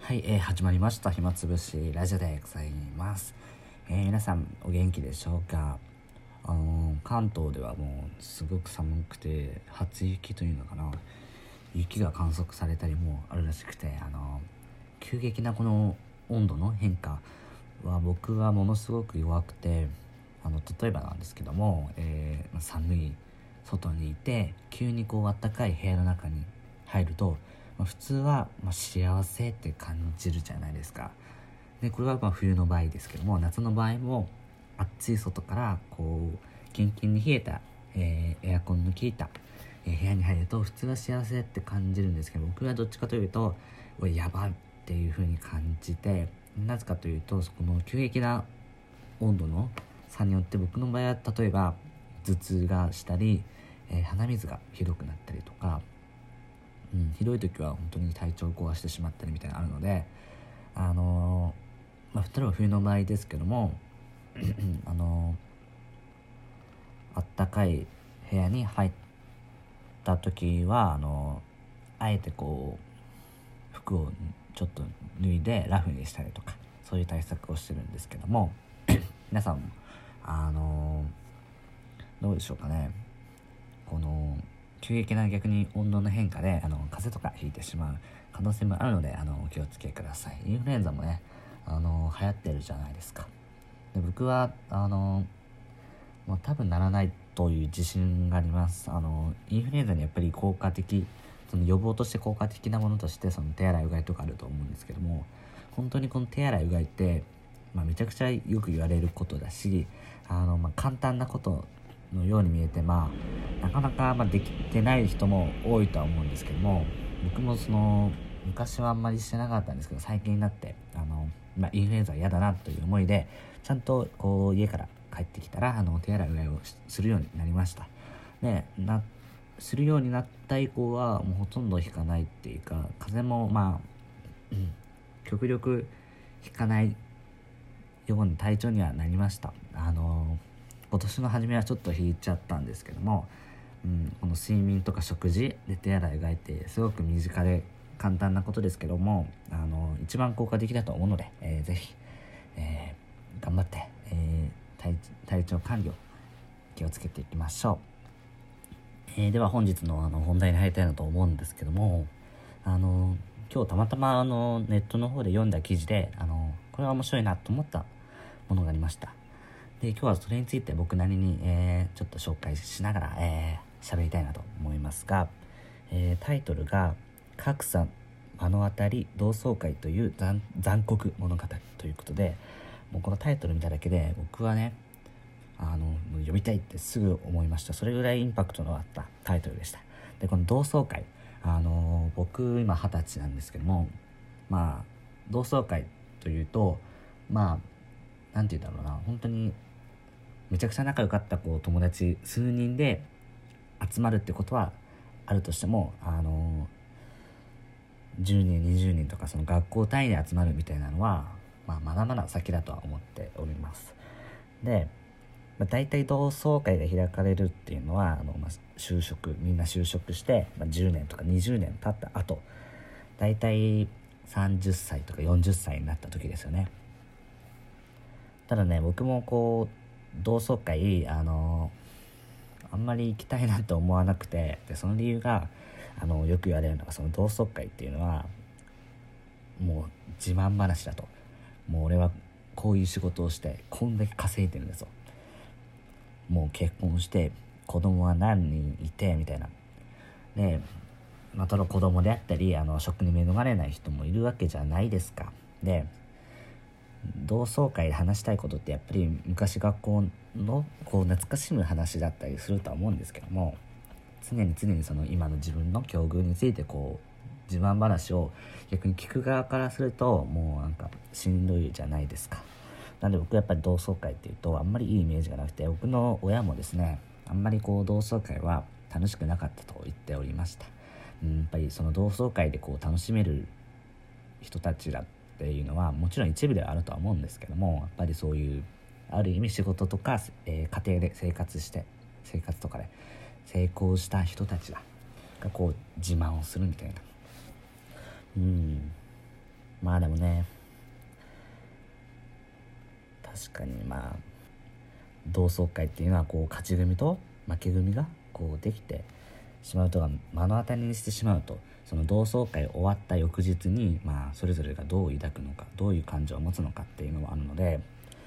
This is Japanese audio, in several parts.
はい、始まりました暇つぶしラジオでございます。皆さんお元気でしょうか。関東ではもうすごく寒くて初雪というのかな、雪が観測されたりもあるらしくて、急激なこの温度の変化は僕はものすごく弱くて、例えばなんですけども、寒い外にいて急にこう暖かい部屋の中に入ると、普通は幸せって感じるじゃないですか。でこれは冬の場合ですけども、夏の場合も暑い外からこうキンキンに冷えた、エアコンの効いた、部屋に入ると普通は幸せって感じるんですけど、僕はどっちかというとやばいっていう風に感じて、なぜかというとこの急激な温度の差によって僕の場合は例えば頭痛がしたり、鼻水がひどくなったりとか、ひどい時は本当に体調を壊してしまったりみたいなのあるので、例えば冬の場合ですけどもあったかい部屋に入った時はあえてこう服をちょっと脱いでラフにしたりとか、そういう対策をしてるんですけども皆さんもどうでしょうかね。この急激な逆に温度の変化で風邪とかひいてしまう可能性もあるのでお気をつけください。インフルエンザもね流行ってるじゃないですか。で僕はもう多分ならないという自信があります。インフルエンザにやっぱり効果的、その予防として効果的なものとしてその手洗いうがいとかあると思うんですけども、本当にこの手洗いうがいって、めちゃくちゃよく言われることだし、簡単なことのように見えて、なかなかできてない人も多いとは思うんですけども、僕も昔はあんまりしてなかったんですけど、最近になってインフルエンザは嫌だなという思いでちゃんとこう家から帰ってきたら手洗いうがいをするようになりました。でするようになった以降はもうほとんどひかないっていうか、風邪も極力ひかないような体調にはなりました。今年の初めはちょっと引いちゃったんですけども、この睡眠とか食事で手洗いうがいってすごく身近で簡単なことですけども、一番効果的だと思うので、ぜひ、頑張って、体調管理を気をつけていきましょう。では本日の本題に入りたいなと思うんですけども、今日たまたまネットの方で読んだ記事でこれは面白いなと思ったものがありました。で今日はそれについて僕なりに、ちょっと紹介しながら喋りたいなと思いますが、タイトルが格差目の当たり同窓会という残酷物語ということで、もうこのタイトル見ただけで僕はね読みたいってすぐ思いました。それぐらいインパクトのあったタイトルでした。でこの同窓会、僕今20歳なんですけども、同窓会というとなんて言うんだろうな、本当にめちゃくちゃ仲良かった友達数人で集まるってことはあるとしても、10人20人とかその学校単位で集まるみたいなのは、まだまだ先だとは思っております。で、大体同窓会が開かれるっていうのはみんな就職して、10年とか20年経った後、大体30歳とか40歳になった時ですよね。ただね、僕も同窓会あんまり行きたいなと思わなくて、でその理由がよく言われるのが、その同窓会っていうのはもう自慢話だと。もう俺はこういう仕事をしてこんだけ稼いでるんですよ、もう結婚して子供は何人いてみたいな。でその子供であったり職に恵まれない人もいるわけじゃないですか。で同窓会で話したいことってやっぱり昔学校の懐かしむ話だったりするとは思うんですけども、常にその今の自分の境遇について自慢話を逆に聞く側からするともうなんかしんどいじゃないですか。なので僕やっぱり同窓会っていうとあんまりいいイメージがなくて、僕の親もですねあんまり同窓会は楽しくなかったと言っておりました。やっぱりその同窓会で楽しめる人たちだっていうのはもちろん一部ではあるとは思うんですけども、やっぱりそういうある意味仕事とか、家庭で生活とかで成功した人たちが自慢をするみたいな、 まあでもね、確かに同窓会っていうのはこう勝ち組と負け組がこうできてしまうとか目の当たりにしてしまうと、その同窓会終わった翌日にそれぞれがどう抱くのか、どういう感情を持つのかっていうのもあるので、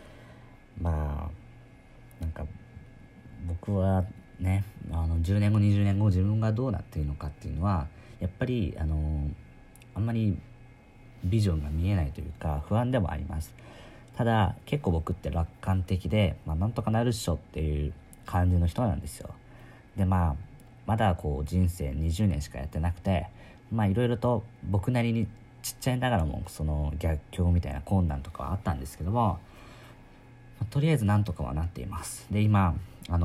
なんか僕はね、10年後20年後自分がどうなっているのかっていうのはやっぱりあんまりビジョンが見えないというか不安でもあります。ただ結構僕って楽観的で、なんとかなるっしょっていう感じの人なんですよ。でまだこう人生20年しかやってなくて、いろいろと僕なりにちっちゃいながらもその逆境みたいな困難とかはあったんですけども、とりあえずなんとかはなっています。で今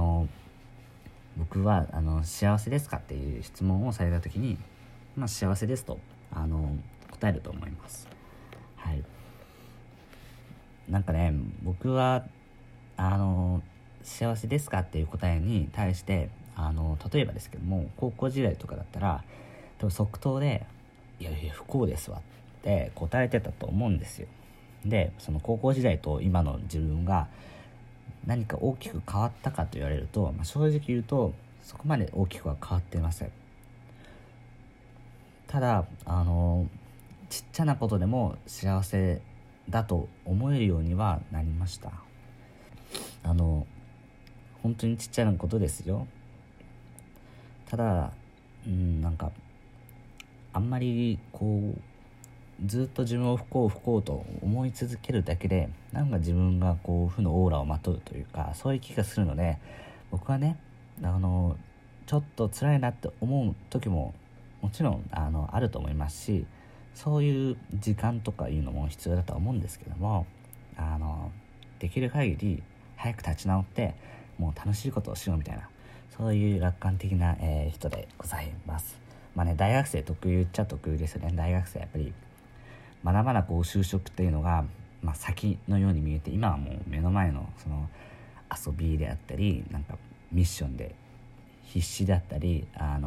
僕は幸せですかっていう質問をされた時に、幸せですと答えると思います。はい。なんかね、僕は幸せですかっていう答えに対して例えばですけども、高校時代とかだったら多分即答でいやいや不幸ですわって答えてたと思うんですよ。でその高校時代と今の自分が何か大きく変わったかと言われると、正直言うとそこまで大きくは変わっていません。ただちっちゃなことでも幸せだと思えるようにはなりました。本当にちっちゃなことですよ。ただなんかあんまりこうずっと自分を不幸不幸と思い続けるだけでなんか自分がこう負のオーラをまとうというか、そういう気がするので、僕はねちょっと辛いなって思う時ももちろんあると思いますし、そういう時間とかいうのも必要だとは思うんですけども、できる限り早く立ち直ってもう楽しいことをしようみたいな、そういう楽観的な、人でございます。大学生特有っちゃ特有ですよね。大学生やっぱりまだまだこう就職っていうのが、先のように見えて、今はもう目の前のその遊びであったりなんかミッションで必死だったり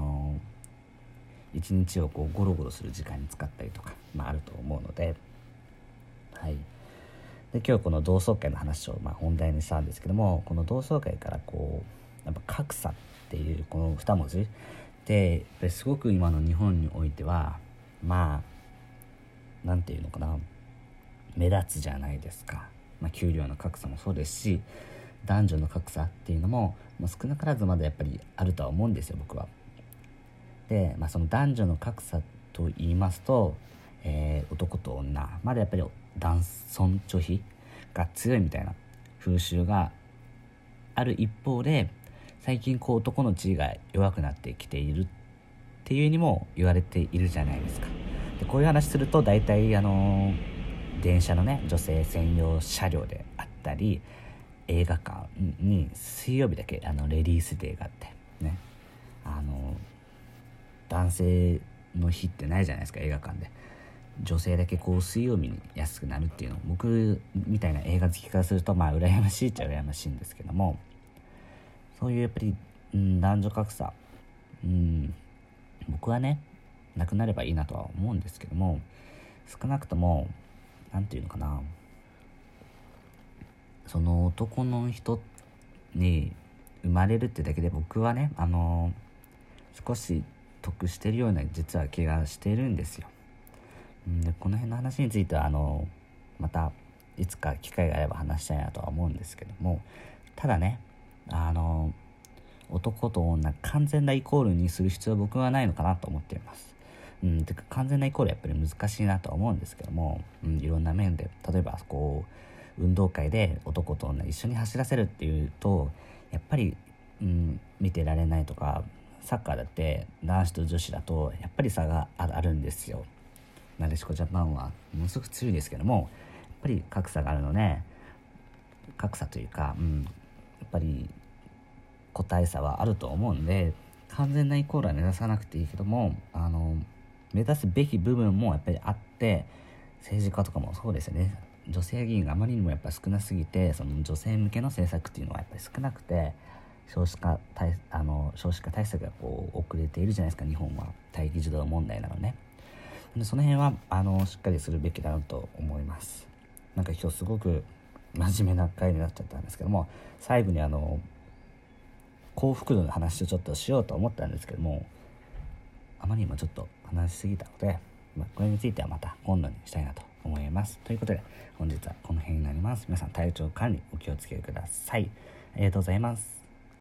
一日をこうゴロゴロする時間に使ったりとか、あると思うので、はい。で今日この同窓会の話を本題にしたんですけども、この同窓会からこうやっぱ格差っていうこの2文字でやっぱりすごく今の日本においてはなんていうのかな、目立つじゃないですか。給料の格差もそうですし、男女の格差っていうのも、少なからずまだやっぱりあるとは思うんですよ、僕は。で、その男女の格差と言いますと、男と女まだやっぱり男尊女卑が強いみたいな風習がある一方で、最近こう男の地位が弱くなってきているっていうにも言われているじゃないですか。でこういう話すると大体電車のね女性専用車両であったり、映画館に水曜日だけレディースデーがあってね、男性の日ってないじゃないですか。映画館で女性だけこう水曜日に安くなるっていうの、僕みたいな映画好きからすると羨ましいっちゃ羨ましいんですけども、そういうやっぱり、男女格差、僕はねなくなればいいなとは思うんですけども、少なくともなんていうのかな、その男の人に生まれるってだけで僕はね少し得してるような実は気がしているんですよ。でこの辺の話についてはまたいつか機会があれば話したいなとは思うんですけども、ただね男と女完全なイコールにする必要は僕はないのかなと思っています。てか完全なイコールやっぱり難しいなとは思うんですけども、いろんな面で例えばこう運動会で男と女一緒に走らせるっていうとやっぱり、見てられないとか、サッカーだって男子と女子だとやっぱり差があるんですよ。なでしこジャパンはものすごく強いですけども、やっぱり格差があるので、格差というか、やっぱり個体差はあると思うんで、完全なイコールは目指さなくていいけども目指すべき部分もやっぱりあって、政治家とかもそうですよね。女性議員があまりにもやっぱ少なすぎて、その女性向けの政策っていうのはやっぱり少なくて、少子化対策がこう遅れているじゃないですか。日本は待機児童問題なのね。 でその辺はしっかりするべきだなと思います。なんか今日すごく真面目な回になっちゃったんですけども、最後に幸福度の話をちょっとしようと思ったんですけども、あまりにもちょっと話しすぎたので、これについてはまた今度にしたいなと思います。ということで本日はこの辺になります。皆さん体調管理お気をつけください。ありがとうございます。